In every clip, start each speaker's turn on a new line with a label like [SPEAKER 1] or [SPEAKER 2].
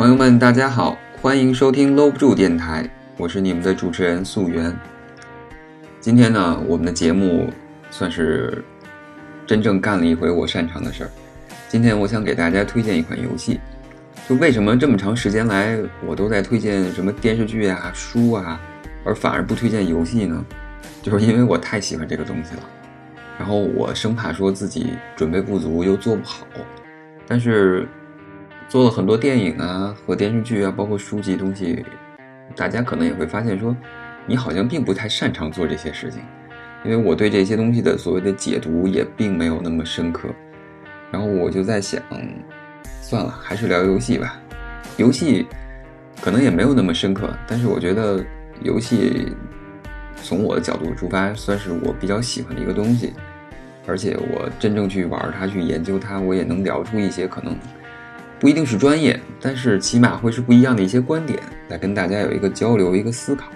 [SPEAKER 1] 友们大家好，欢迎收听搂不住电台，我是你们的主持人素媛。今天呢，我们的节目算是真正干了一回我擅长的事儿。今天我想给大家推荐一款游戏。就为什么这么长时间来我都在推荐什么电视剧啊、书啊，而反而不推荐游戏呢？就是因为我太喜欢这个东西了，然后我生怕说自己准备不足又做不好。但是做了很多电影啊和电视剧啊，包括书籍东西，大家可能也会发现说你好像并不太擅长做这些事情，因为我对这些东西的所谓的解读也并没有那么深刻。然后我就在想，算了，还是聊游戏吧。游戏可能也没有那么深刻，但是我觉得游戏从我的角度出发算是我比较喜欢的一个东西，而且我真正去玩它去研究它，我也能聊出一些可能不一定是专业，但是起码会是不一样的一些观点，来跟大家有一个交流一个思考。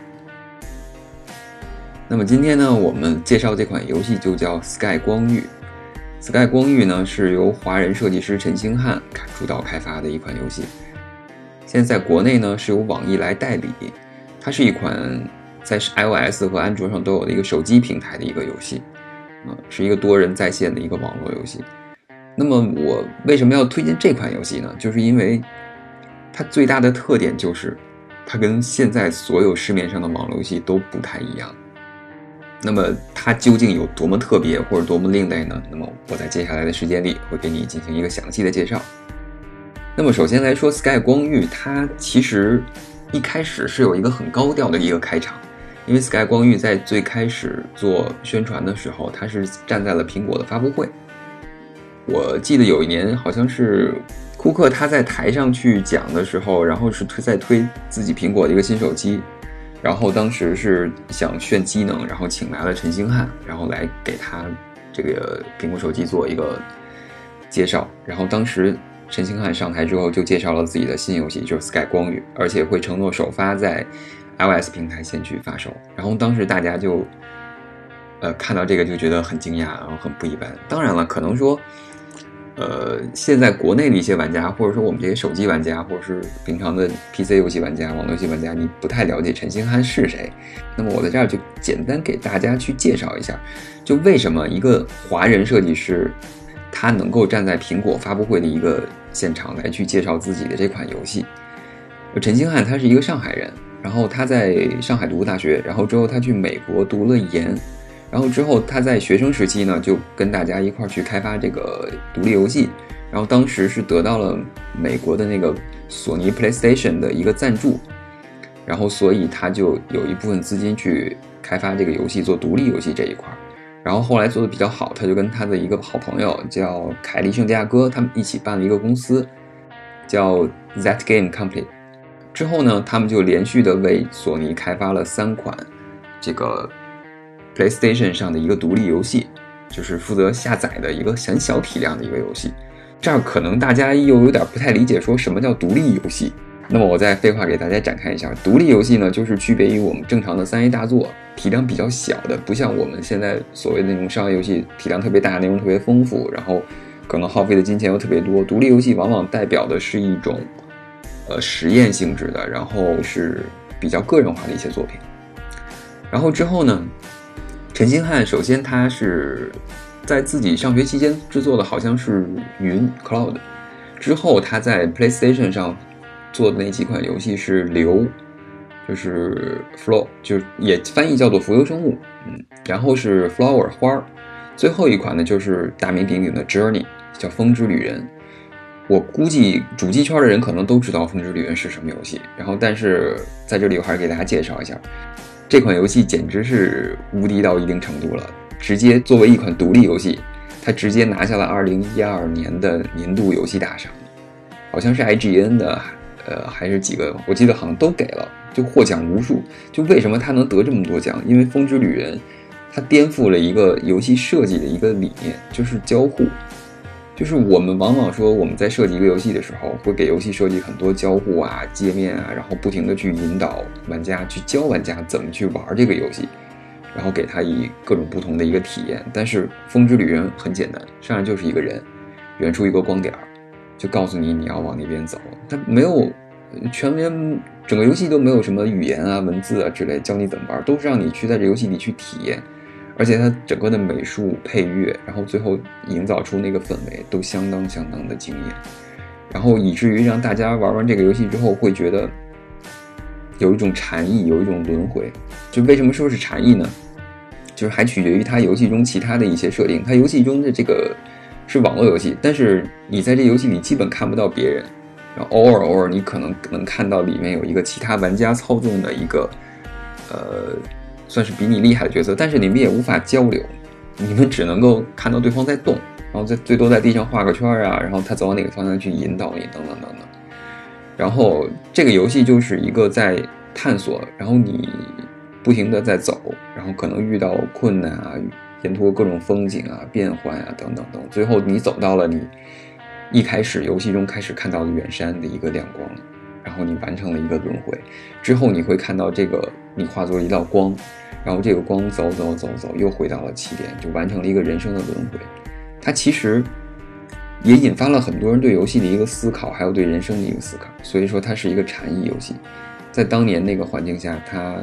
[SPEAKER 1] 那么今天呢，我们介绍这款游戏就叫 Sky 光遇。Sky 光遇呢是由华人设计师陈星汉主导开发的一款游戏，现在在国内呢是由网易来代理。它是一款在 iOS 和安卓上都有的一个手机平台的一个游戏，是一个多人在线的一个网络游戏。那么我为什么要推荐这款游戏呢？就是因为它最大的特点就是它跟现在所有市面上的网络游戏都不太一样。那么它究竟有多么特别或者多么另类呢？那么我在接下来的时间里会给你进行一个详细的介绍。那么首先来说 Sky 光遇，它其实一开始是有一个很高调的一个开场，因为 Sky 光遇在最开始做宣传的时候，它是站在了苹果的发布会。我记得有一年好像是库克他在台上去讲的时候，然后是在推自己苹果的一个新手机，然后当时是想炫机能，然后请来了陈星汉，然后来给他这个苹果手机做一个介绍。然后当时陈星汉上台之后就介绍了自己的新游戏，就是 Sky 光遇，而且会承诺首发在 iOS 平台先去发售。然后当时大家就看到这个就觉得很惊讶，然后很不一般。当然了，可能说现在国内的一些玩家，或者说我们这些手机玩家，或者是平常的 PC 游戏玩家、网络游戏玩家，你不太了解陈星汉是谁。那么我在这儿就简单给大家去介绍一下，就为什么一个华人设计师他能够站在苹果发布会的一个现场来去介绍自己的这款游戏。陈星汉他是一个上海人，然后他在上海读过大学，然后之后他去美国读了研，然后之后他在学生时期呢就跟大家一块去开发这个独立游戏，然后当时是得到了美国的那个索尼 PlayStation 的一个赞助，然后所以他就有一部分资金去开发这个游戏，做独立游戏这一块。然后后来做的比较好，他就跟他的一个好朋友叫凯利圣地亚哥，他们一起办了一个公司叫 That Game Company。 之后呢，他们就连续的为索尼开发了3款这个 PlayStation 上的一个独立游戏，就是负责下载的一个很小体量的一个游戏。这儿可能大家又有点不太理解，说什么叫独立游戏。那么我再废话给大家展开一下，独立游戏呢，就是区别于我们正常的3A 大作，体量比较小的，不像我们现在所谓的那种商业游戏，体量特别大，内容特别丰富，然后可能耗费的金钱又特别多。独立游戏往往代表的是一种实验性质的，然后是比较个人化的一些作品。然后之后呢，陈星汉首先他是在自己上学期间制作的好像是云 Cloud， 之后他在 PlayStation 上做的那几款游戏是流，就是 Flow， 就是也翻译叫做浮游生物，然后是 Flower 花，最后一款呢就是大名鼎鼎的 Journey， 叫风之旅人。我估计主机圈的人可能都知道风之旅人是什么游戏，然后但是在这里我还是给大家介绍一下，这款游戏简直是无敌到一定程度了，直接作为一款独立游戏，它直接拿下了2012年的年度游戏大赏，好像是 IGN 的还是几个，我记得好像都给了，就获奖无数。就为什么它能得这么多奖？因为风之旅人它颠覆了一个游戏设计的一个理念，就是交互。就是我们往往说我们在设计一个游戏的时候，会给游戏设计很多交互啊、界面啊，然后不停的去引导玩家，去教玩家怎么去玩这个游戏，然后给他以各种不同的一个体验。但是风之旅人很简单，上来就是一个人，远处一个光点，就告诉你你要往那边走，它没有整个游戏都没有什么语言啊、文字啊之类教你怎么玩，都是让你去在这游戏里去体验。而且它整个的美术、配乐，然后最后营造出那个氛围都相当的惊艳，然后以至于让大家玩完这个游戏之后会觉得有一种禅意，有一种轮回。就为什么说是禅意呢？就是还取决于它游戏中其他的一些设定。它游戏中的这个是网络游戏，但是你在这游戏里基本看不到别人，然后偶尔你可能能看到里面有一个其他玩家操纵的一个算是比你厉害的角色，但是你们也无法交流，你们只能够看到对方在动，然后最多在地上画个圈啊，然后他走到哪个方向去引导你等等。然后这个游戏就是一个在探索，然后你不停的在走，然后可能遇到困难啊，沿途各种风景啊、变换啊等等，最后你走到了你一开始游戏中开始看到的远山的一个亮光，然后你完成了一个轮回之后，你会看到这个你化作一道光，然后这个光走又回到了起点，就完成了一个人生的轮回。它其实也引发了很多人对游戏的一个思考，还有对人生的一个思考，所以说它是一个禅意游戏。在当年那个环境下，它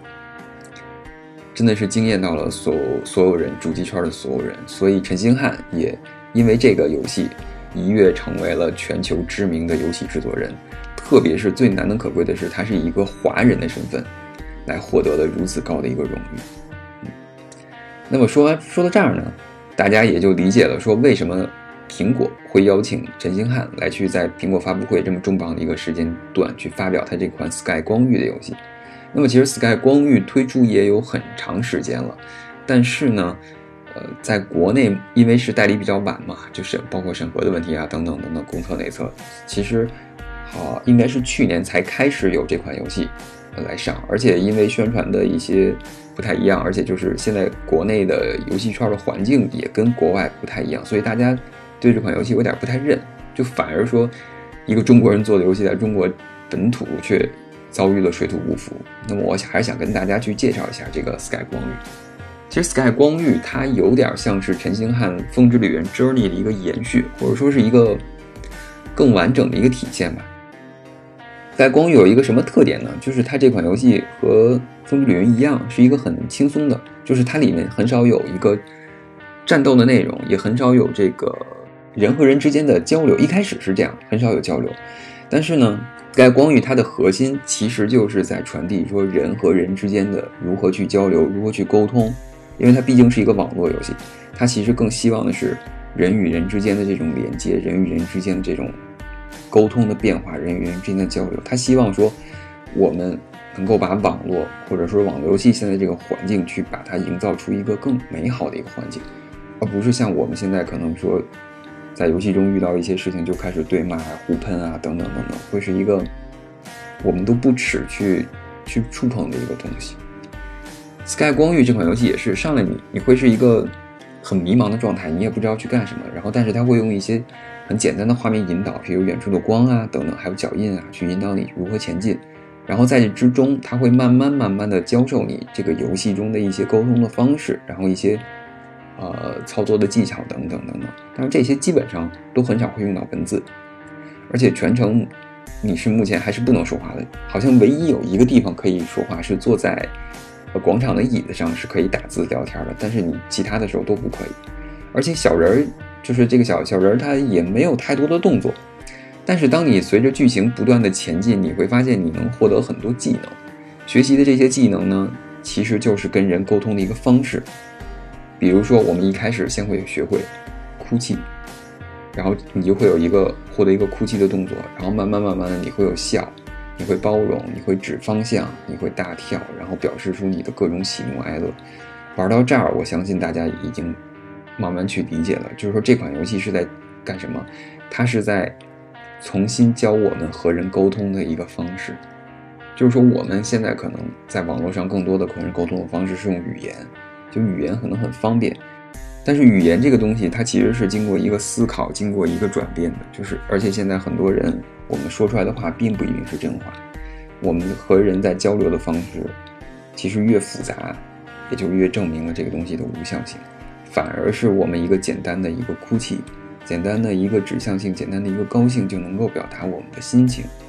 [SPEAKER 1] 真的是惊艳到了所有人，主机圈的所有人。所以陈星汉也因为这个游戏一跃成为了全球知名的游戏制作人，特别是最难能可贵的是，他是以一个华人的身份来获得了如此高的一个荣誉。那么说到这儿呢，大家也就理解了说为什么苹果会邀请陈星汉来去在苹果发布会这么重磅的一个时间段去发表他这款 Sky 光遇的游戏。那么其实 Sky 光遇推出也有很长时间了，但是呢在国内因为是代理比较晚嘛，就是包括审核的问题啊等等公测内测，其实应该是去年才开始有这款游戏来上，而且因为宣传的一些不太一样，而且就是现在国内的游戏圈的环境也跟国外不太一样，所以大家对这款游戏有点不太认，就反而说一个中国人做的游戏在中国本土却遭遇了水土不服。那么我还是想跟大家去介绍一下这个 Sky 光遇。其实 Sky 光遇它有点像是陈星汉风之旅人 Journey 的一个延续，或者说是一个更完整的一个体现吧。Sky 光遇有一个什么特点呢？就是它这款游戏和风之旅人一样，是一个很轻松的，就是它里面很少有一个战斗的内容，也很少有这个人和人之间的交流。一开始是这样，很少有交流，但是呢Sky 光遇它的核心其实就是在传递说人和人之间的如何去交流，如何去沟通。因为它毕竟是一个网络游戏，它其实更希望的是人与人之间的这种连接，人与人之间的这种沟通的变化，人与人之间的交流。它希望说我们能够把网络或者说网络游戏现在这个环境去把它营造出一个更美好的一个环境，而不是像我们现在可能说在游戏中遇到一些事情就开始对骂互喷啊等等，会是一个我们都不耻去触碰的一个东西。Sky 光遇这款游戏也是上来你会是一个很迷茫的状态，你也不知道去干什么，然后但是它会用一些很简单的画面引导，比如远处的光啊等等，还有脚印啊，去引导你如何前进。然后在这之中，它会慢慢的教授你这个游戏中的一些沟通的方式，然后一些操作的技巧等等。但是这些基本上都很少会用到文字，而且全程你是目前还是不能说话的，好像唯一有一个地方可以说话，是坐在广场的椅子上是可以打字聊天的，但是你其他的时候都不可以。而且小人就是这个小人他也没有太多的动作，但是当你随着剧情不断的前进，你会发现你能获得很多技能。学习的这些技能呢，其实就是跟人沟通的一个方式。比如说我们一开始先会学会哭泣，然后你就会获得一个哭泣的动作，然后慢慢的你会有笑，你会包容，你会指方向，你会大跳，然后表示出你的各种喜怒哀乐。玩到这儿，我相信大家已经慢慢去理解了，就是说这款游戏是在干什么？它是在重新教我们和人沟通的一个方式。就是说我们现在可能在网络上更多的和人沟通的方式是用语言，就语言可能很方便，但是语言这个东西它其实是经过一个思考，经过一个转变的，就是而且现在很多人我们说出来的话并不一定是真话，我们和人在交流的方式其实越复杂，也就越证明了这个东西的无效性。反而是我们一个简单的一个哭泣，简单的一个指向性，简单的一个高兴就能够表达我们的心情。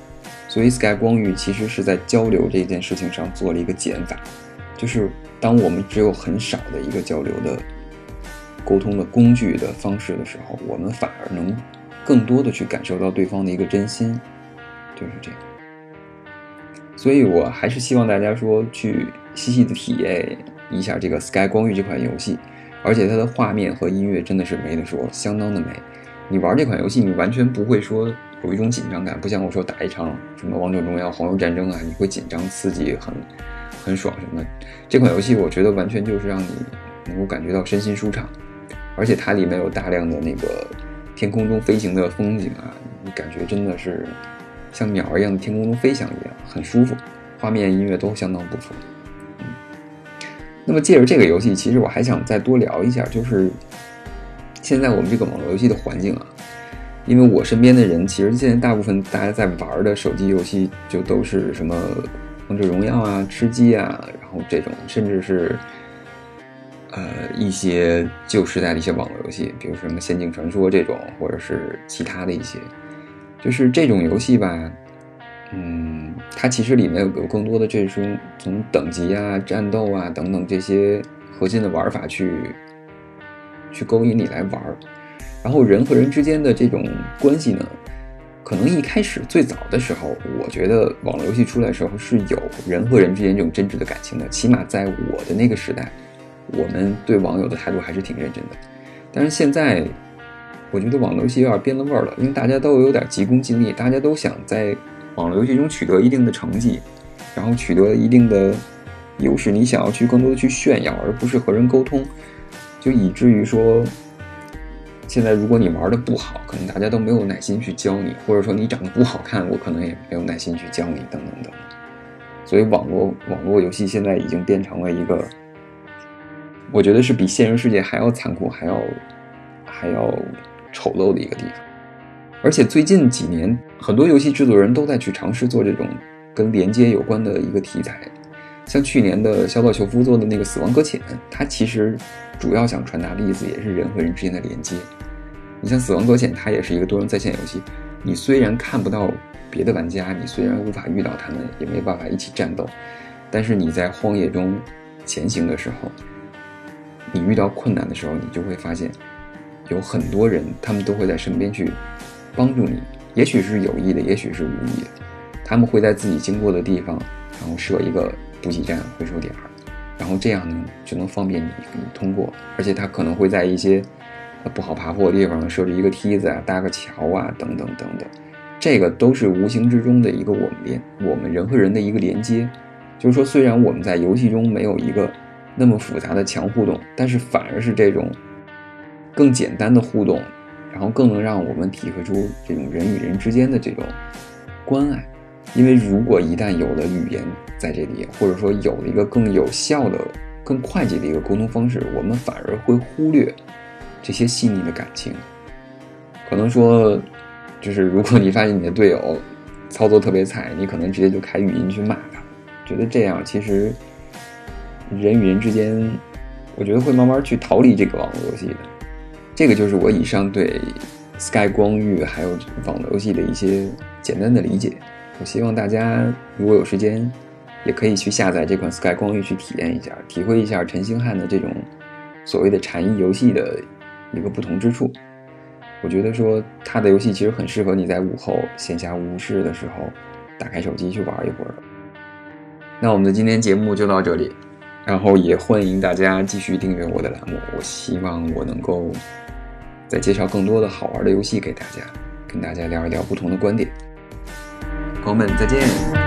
[SPEAKER 1] 所以 Sky 光遇其实是在交流这件事情上做了一个减法，就是当我们只有很少的一个交流的沟通的工具的方式的时候，我们反而能更多的去感受到对方的一个真心，就是这样。所以我还是希望大家说去细细的体验一下这个 Sky 光遇这款游戏，而且它的画面和音乐真的是没得说，相当的美。你玩这款游戏你完全不会说有一种紧张感，不像我说打一场什么王者荣耀、黄油战争啊，你会紧张刺激很爽什么的。这款游戏我觉得完全就是让你能够感觉到身心舒畅，而且它里面有大量的那个天空中飞行的风景啊，你感觉真的是像鸟儿一样的天空中飞翔一样，很舒服，画面音乐都相当不错。那么借着这个游戏，其实我还想再多聊一下，就是现在我们这个网络游戏的环境啊，因为我身边的人其实现在大部分大家在玩的手机游戏就都是什么王者荣耀啊、吃鸡啊，然后这种甚至是一些旧时代的一些网络游戏，比如什么仙境传说这种，或者是其他的一些，就是这种游戏吧，它其实里面有更多的这种从等级啊、战斗啊等等这些核心的玩法去勾引你来玩，然后人和人之间的这种关系呢，可能一开始最早的时候，我觉得网络游戏出来的时候是有人和人之间这种真挚的感情的，起码在我的那个时代，我们对网友的态度还是挺认真的。但是现在我觉得网络游戏有点变了味儿了，因为大家都有点急功近利，大家都想在网络游戏中取得一定的成绩，然后取得一定的优势，你想要去更多的去炫耀，而不是和人沟通，就以至于说现在如果你玩的不好，可能大家都没有耐心去教你，或者说你长得不好看，我可能也没有耐心去教你等等等。所以网络游戏现在已经变成了一个，我觉得是比现实世界还要残酷还要丑陋的一个地方。而且最近几年很多游戏制作人都在去尝试做这种跟连接有关的一个题材，像去年的小岛秀夫做的那个死亡搁浅，它其实主要想传达的意思也是人和人之间的连接。你像死亡搁浅，它也是一个多人在线游戏，你虽然看不到别的玩家，你虽然无法遇到他们，也没办法一起战斗，但是你在荒野中前行的时候，你遇到困难的时候，你就会发现有很多人，他们都会在身边去帮助你，也许是有意的，也许是无意的，他们会在自己经过的地方，然后设一个补给站、回收点，然后这样呢就能方便你通过，而且他可能会在一些不好爬坡的地方呢设置一个梯子啊、搭个桥啊等等等等，这个都是无形之中的一个我们人和人的一个连接。就是说虽然我们在游戏中没有一个那么复杂的强互动，但是反而是这种更简单的互动，然后更能让我们体会出这种人与人之间的这种关爱。因为如果一旦有了语言在这里，或者说有了一个更有效的、更快捷的一个沟通方式，我们反而会忽略这些细腻的感情。可能说就是如果你发现你的队友操作特别菜，你可能直接就开语音去骂他，觉得这样其实人与人之间，我觉得会慢慢去逃离这个网络游戏的。这个就是我以上对 Sky 光遇还有网络游戏的一些简单的理解。我希望大家如果有时间也可以去下载这款 Sky 光遇去体验一下，体会一下陈星汉的这种所谓的禅意游戏的一个不同之处。我觉得说他的游戏其实很适合你在午后闲暇无事的时候打开手机去玩一会儿。那我们的今天节目就到这里，然后也欢迎大家继续订阅我的栏目，我希望我能够再介绍更多的好玩的游戏给大家，跟大家聊一聊不同的观点。朋友们再见。